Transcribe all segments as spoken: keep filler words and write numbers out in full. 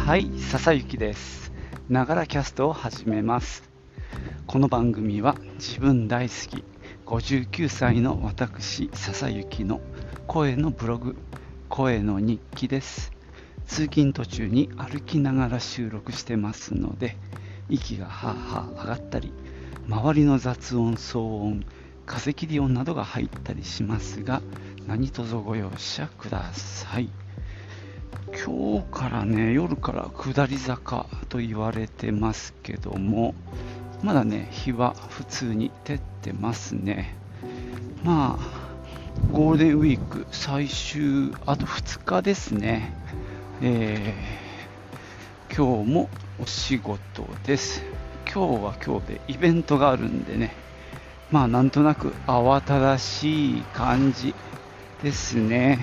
はい、笹雪です。ながらキャストを始めます。この番組は自分大好きごじゅうきゅうさいの私笹雪の声のブログ、声の日記です。通勤途中に歩きながら収録してますので、息がはぁはぁ上がったり、周りの雑音、騒音、風切り音などが入ったりしますが、何卒ご容赦ください。今日からね、夜から下り坂と言われてますけども、まだね、日は普通に照ってますね。まあ、ゴールデンウィーク最終、あとふつかですね。えー、今日もお仕事です。今日は今日でイベントがあるんでね、まあなんとなく慌ただしい感じですね。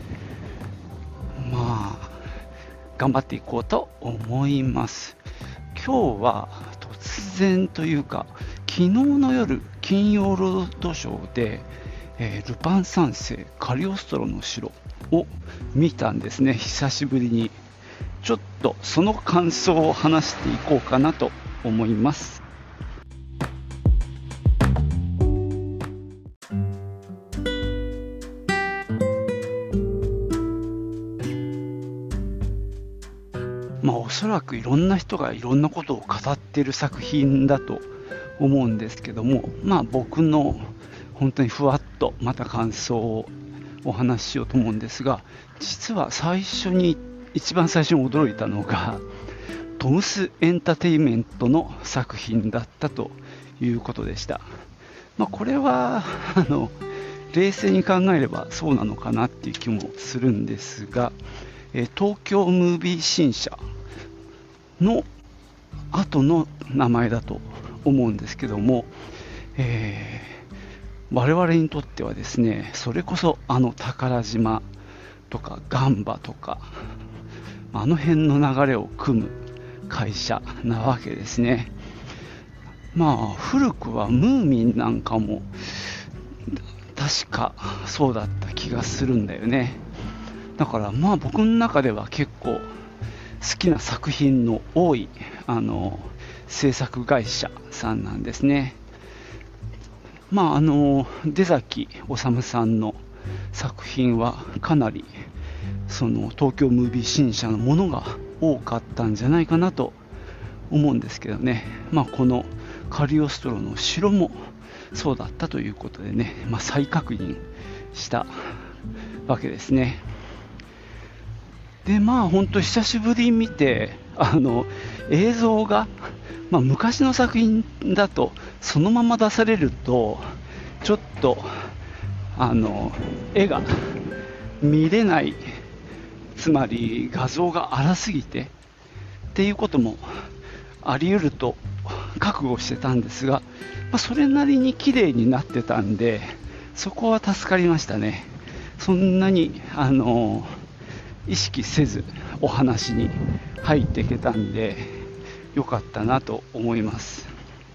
まあ頑張っていこうと思います。今日は突然というか、昨日の夜、金曜ロードショーで、えー、ルパン三世カリオストロの城を見たんですね。久しぶりに。ちょっとその感想を話していこうかなと思います。まあ、おそらくいろんな人がいろんなことを語っている作品だと思うんですけども、まあ、僕の本当にふわっとまた感想をお話ししようと思うんですが、実は最初に一番最初に驚いたのがトムスエンタテインメントの作品だったということでした。まあ、これはあの冷静に考えればそうなのかなっていう気もするんですが、え東京ムービー新社の後の名前だと思うんですけども、えー、我々にとってはですね、それこそあの宝島とかガンバとかあの辺の流れを組む会社なわけですね。まあ古くはムーミンなんかも確かそうだった気がするんだよね。だからまあ僕の中では結構好きな作品の多いあの制作会社さんなんですね。まああの出崎治さんの作品はかなりその東京ムービー新社のものが多かったんじゃないかなと思うんですけどね。まあこのカリオストロの城もそうだったということでね、まあ、再確認したわけですね。でまあ本当久しぶりに見て、あの映像が、まあ、昔の作品だとそのまま出されるとちょっとあの絵が見れない、つまり画像が荒すぎてっていうこともあり得ると覚悟してたんですが、まあ、それなりに綺麗になってたんで、そこは助かりましたね。そんなにあの意識せずお話に入っていけたんで良かったなと思います。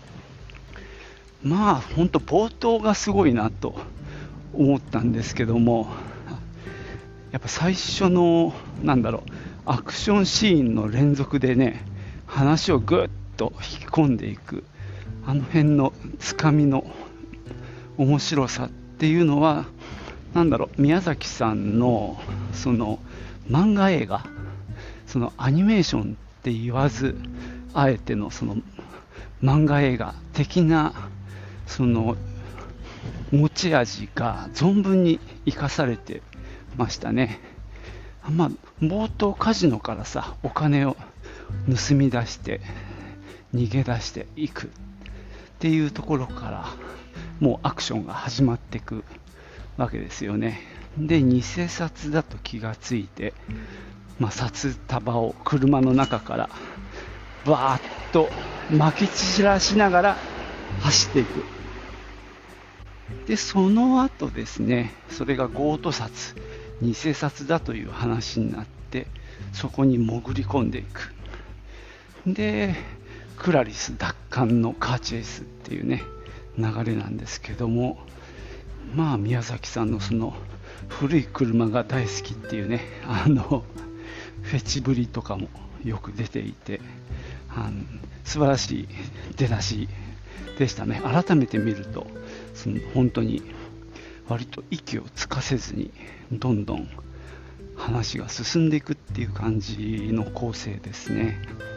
まあ本当冒頭がすごいなと思ったんですけども、やっぱ最初のなんだろうアクションシーンの連続でね、話をぐっと引き込んでいくあの辺のつかみの面白さっていうのは、なんだろう宮崎さんのその漫画映画、そのアニメーションって言わずあえてのその漫画映画的なその持ち味が存分に生かされてましたね。まあ冒頭カジノからさお金を盗み出して逃げ出していくっていうところからもうアクションが始まっていくわけですよね。で偽札だと気がついて、まあ、札束を車の中からバーッと撒き散らしながら走っていく。でその後ですね、それが強盗札、偽札だという話になって、そこに潜り込んでいく。でクラリス奪還のカーチェイスっていうね流れなんですけども、まあ宮崎さんのその古い車が大好きっていうね、あのフェチぶりとかもよく出ていて、あの素晴らしい出だしでしたね。改めて見るとその本当に割と息をつかせずにどんどん話が進んでいくっていう感じの構成ですね。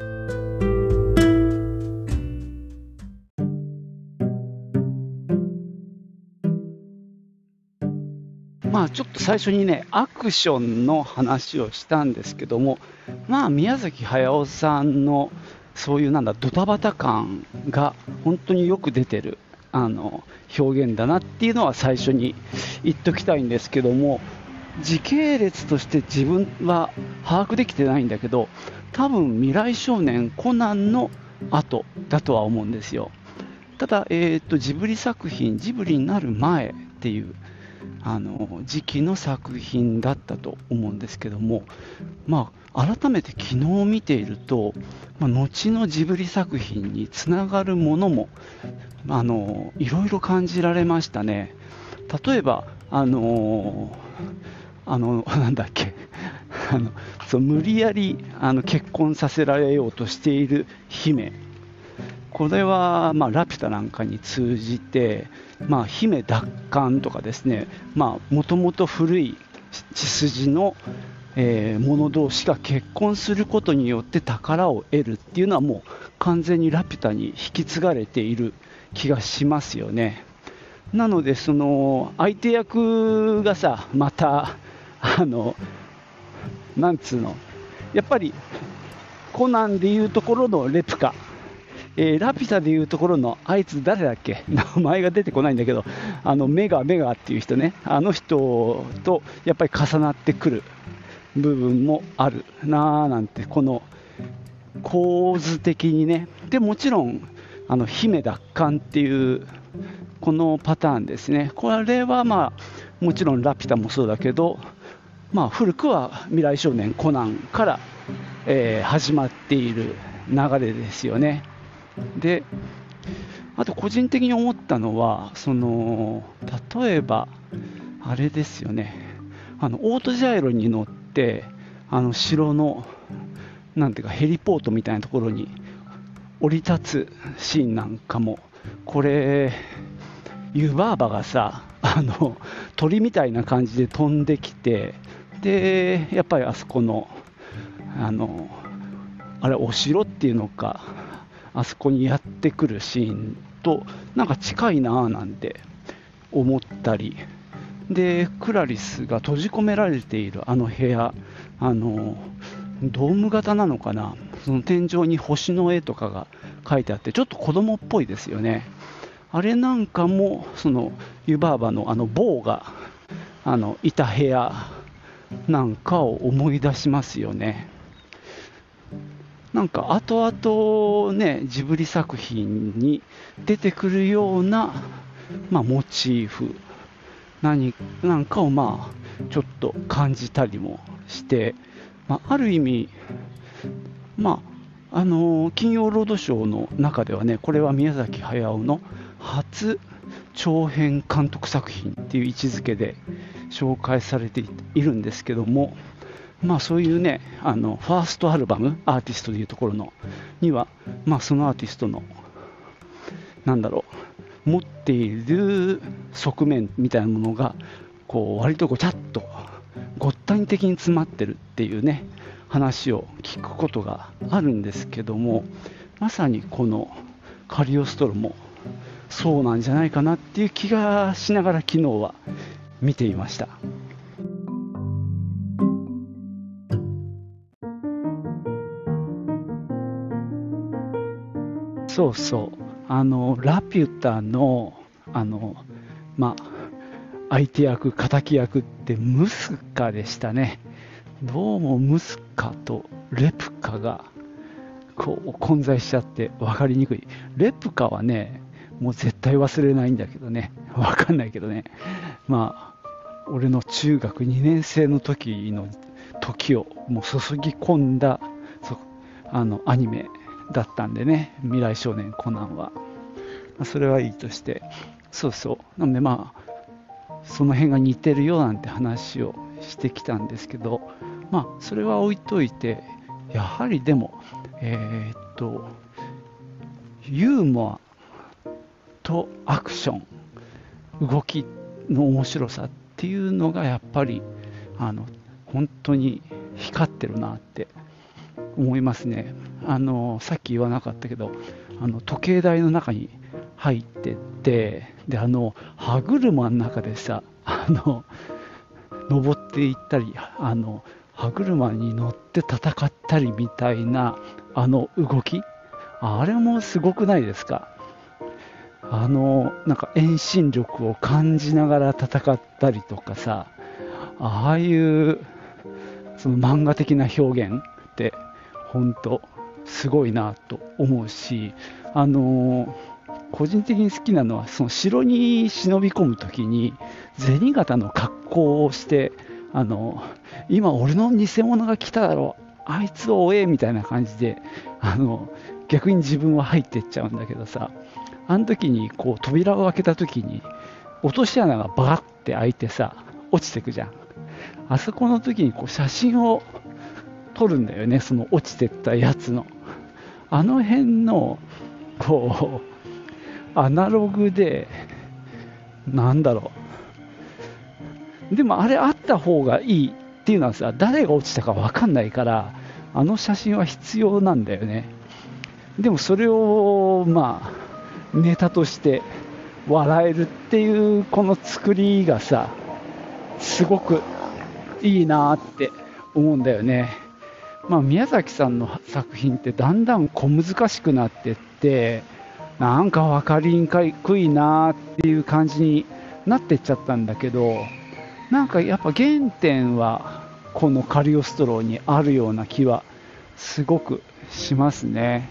まあちょっと最初にねアクションの話をしたんですけども、まあ宮崎駿さんのそういうなんだドタバタ感が本当によく出てるあの表現だなっていうのは最初に言っときたいんですけども、時系列として自分は把握できてないんだけど、多分未来少年コナンの後だとは思うんですよ。ただ、えーと、ジブリ作品、ジブリになる前っていうあの時期の作品だったと思うんですけども、まあ、改めて昨日見ていると、まあ、後のジブリ作品につながるものもあのいろいろ感じられましたね。例えばあのあのなんだっけあのそう無理やりあの結婚させられようとしている姫、これは、まあ、ラピュタなんかに通じて、まあ、姫奪還とかですね、もともと古い血筋の、えー、者同士が結婚することによって宝を得るっていうのはもう完全にラピュタに引き継がれている気がしますよね。なのでその相手役がさ、またあのなんつうの、やっぱりコナンでいうところのレプカ、えー、ラピュタでいうところのあいつ誰だっけ、名前が出てこないんだけど、あのメガメガっていう人ね、あの人とやっぱり重なってくる部分もあるなぁなんて、この構図的にね。でもちろんあの姫奪還っていうこのパターンですね、これはまあもちろんラピュタもそうだけど、まあ、古くは未来少年コナンから、えー、始まっている流れですよね。で、あと個人的に思ったのは、その例えばあれですよね、あのオートジャイロに乗ってあの城のなんていうかヘリポートみたいなところに降り立つシーンなんかも、これ湯婆婆がさ、あの鳥みたいな感じで飛んできて、でやっぱりあそこのあのあれお城っていうのか、あそこにやってくるシーンとなんか近いなぁなんて思ったりで、クラリスが閉じ込められているあの部屋、あのドーム型なのかな、その天井に星の絵とかが描いてあってちょっと子供っぽいですよね。あれなんかもその湯婆婆のあの坊があのいた部屋なんかを思い出しますよね。なんか後々ねジブリ作品に出てくるような、まあ、モチーフ何なんかをまあちょっと感じたりもして、まあ、ある意味まああの金曜ロードショーの中ではね、これは宮崎駿の初長編監督作品っていう位置づけで紹介されているんですけども、まあそういうね、あのファーストアルバムアーティストでいうところのには、まあそのアーティストのなんだろう持っている側面みたいなものがこう割とごちゃっとごったに的に詰まってるっていうね話を聞くことがあるんですけども、まさにこのカリオストロもそうなんじゃないかなっていう気がしながら昨日は見ていました。そうそう、あのラピュタのあのまあ相手役敵役ってムスカでしたね。どうもムスカとレプカがこう混在しちゃって分かりにくい。レプカはねもう絶対忘れないんだけどね、分かんないけどね、まあ俺の中学にねん生の時の時をもう注ぎ込んだそあのアニメだったんでね、未来少年コナンは、まあ、それはいいとして、そうそうなのでまあその辺が似てるよなんて話をしてきたんですけど、まあそれは置いといて、 やはりでも、えーっと、ユーモアとアクション、動きの面白さっていうのがやっぱりあの本当に光ってるなって思いますね。あのさっき言わなかったけど、あの時計台の中に入ってって、であの歯車の中でさ、あの登っていったり、あの歯車に乗って戦ったりみたいなあの動き、あれもすごくないですか？あのなんか遠心力を感じながら戦ったりとかさ、ああいうその漫画的な表現って本当すごいなと思うし、あの個人的に好きなのは、その城に忍び込むときに銭形の格好をして、あの今俺の偽物が来ただろう、あいつを追えみたいな感じで、あの逆に自分は入っていっちゃうんだけどさ、あの時にこう扉を開けた時に落とし穴がバーって開いてさ、落ちてくじゃん。あそこの時にこう写真を撮るんだよね、その落ちてったやつの。あの辺のこうアナログで、なんだろう、でもあれあった方がいいっていうのはさ、誰が落ちたか分かんないから、あの写真は必要なんだよね。でもそれをまあネタとして笑えるっていうこの作りがさ、すごくいいなって思うんだよね。まあ、宮崎さんの作品ってだんだん小難しくなってって、なんか分かりにくいなっていう感じになってっちゃったんだけど、なんかやっぱ原点はこのカリオストロにあるような気はすごくしますね。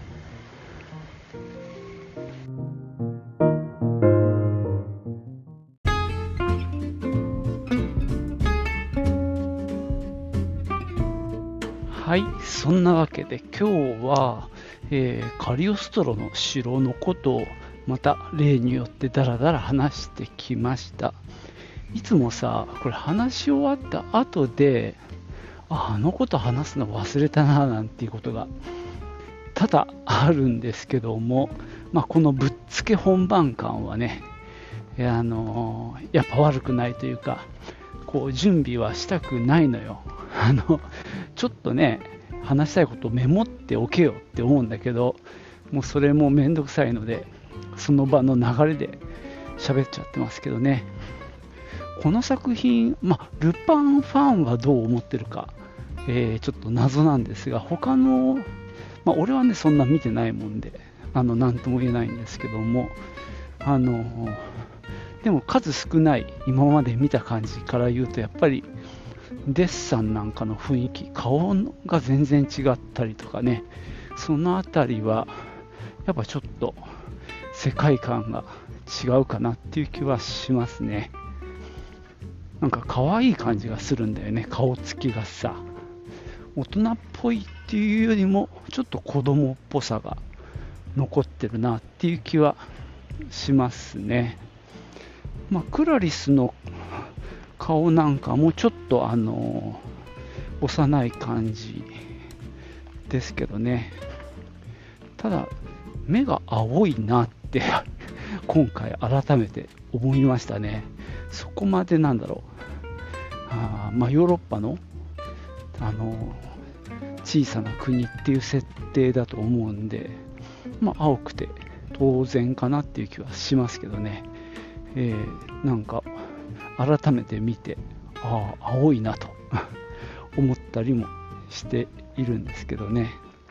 はい、そんなわけで今日は、えーカリオストロの城のことをまた例によってダラダラ話してきました。いつもさ、これ話し終わった後で、あ、あのこと話すの忘れたななんていうことが多々あるんですけども、まあ、このぶっつけ本番感はね、あのーやっぱ悪くないというか、こう準備はしたくないのよ。あのちょっとね、話したいことをメモっておけよって思うんだけど、もうそれもめんどくさいので、その場の流れで喋っちゃってますけどね。この作品、まあ、ルパンファンはどう思ってるか、えーちょっと謎なんですが、他の、まあ、俺はね、そんな見てないもんで、あの何とも言えないんですけども、あのでも数少ない今まで見た感じから言うと、やっぱりデッサンなんかの雰囲気、顔が全然違ったりとかね、そのあたりはやっぱちょっと世界観が違うかなっていう気はしますね。なんか可愛い感じがするんだよね、顔つきがさ。大人っぽいっていうよりもちょっと子供っぽさが残ってるなっていう気はしますね。まあ、クラリスの顔なんかもちょっとあの幼い感じですけどね。ただ目が青いなって今回改めて思いましたね。そこまでなんだろう、あまあヨーロッパのあの小さな国っていう設定だと思うんで、まあ青くて当然かなっていう気はしますけどね。えー、なんか改めて見て、ああ青いなと思ったりもしているんですけどね。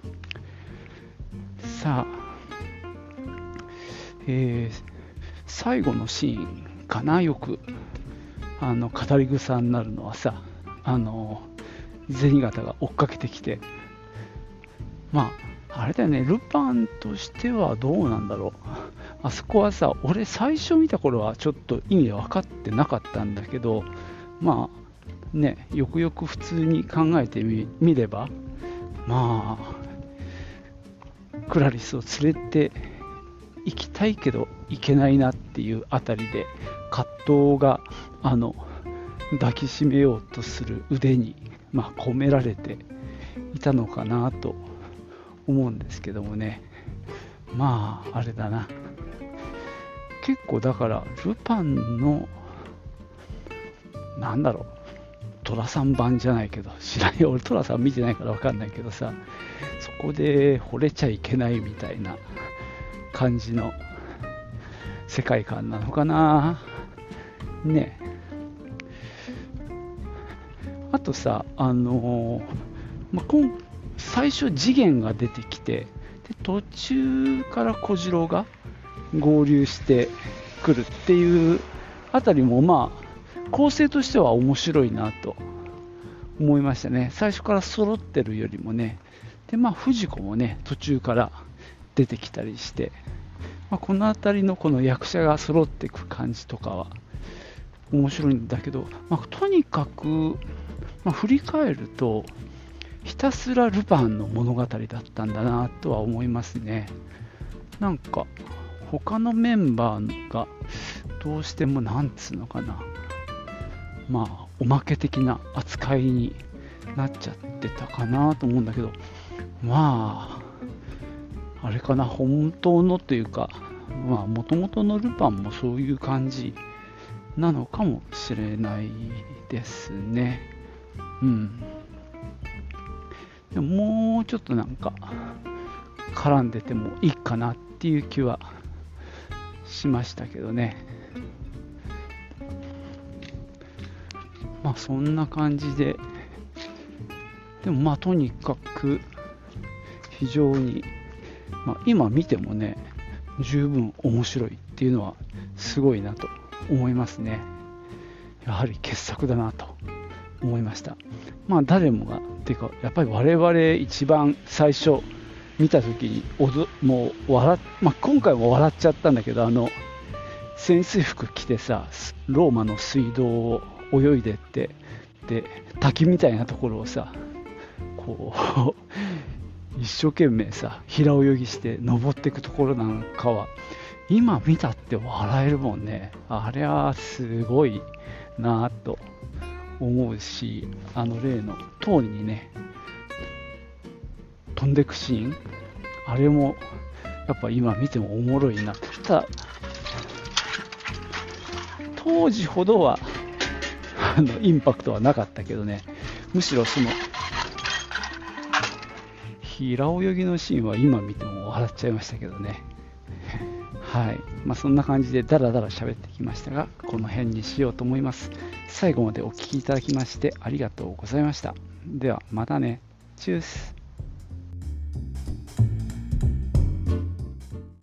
さあ、えー最後のシーンかな、よくあの語り草になるのはさ、あの銭形が追っかけてきて、まああれだよね、ルパンとしてはどうなんだろう。あそこはさ、俺最初見た頃はちょっと意味分かってなかったんだけど、まあね、よくよく普通に考えて み, 見れば、まあクラリスを連れて行きたいけど行けないなっていうあたりで葛藤があの抱きしめようとする腕に、まあ、込められていたのかなと思うんですけどもね。まああれだな、結構だからルパンのなんだろう、寅さん版じゃないけど、知らんよ、俺寅さん見てないから分かんないけどさ、そこで惚れちゃいけないみたいな感じの世界観なのかなね。あとさ、あのーまあ、今最初次元が出てきて、で途中から小次郎が合流してくるっていうあたりも、まあ構成としては面白いなと思いましたね。最初から揃ってるよりもね。でまあ藤子もね途中から出てきたりして、まあ、この辺りのこの役者が揃っていく感じとかは面白いんだけど、まあ、とにかく、まあ、振り返るとひたすらルパンの物語だったんだなとは思いますね。なんか他のメンバーがどうしてもなんつうのかな、まあおまけ的な扱いになっちゃってたかなと思うんだけど、まああれかな、本当のというか、まあ元々のルパンもそういう感じなのかもしれないですね。うん。でももうちょっとなんか絡んでてもいいかなっていう気はしましたけどね。まあそんな感じで、でもまあとにかく非常に、まあ、今見てもね十分面白いっていうのはすごいなと思いますね。やはり傑作だなと思いました。まあ誰もがっていうか、やっぱり我々一番最初見た時におどもう笑っ、まあ、今回も笑っちゃったんだけど、あの潜水服着てさローマの水道を泳いでって、で滝みたいなところをさこう一生懸命さ平泳ぎして登っていくところなんかは今見たって笑えるもんね。あれはすごいなと思うし、あの例の塔にね飛んでくシーン、あれもやっぱ今見てもおもろいな。ただ当時ほどはあのインパクトはなかったけどね、むしろその平泳ぎのシーンは今見ても笑っちゃいましたけどね。はい、まあ、そんな感じでダラダラ喋ってきましたが、この辺にしようと思います。最後までお聞きいただきましてありがとうございました。ではまたね。チュース。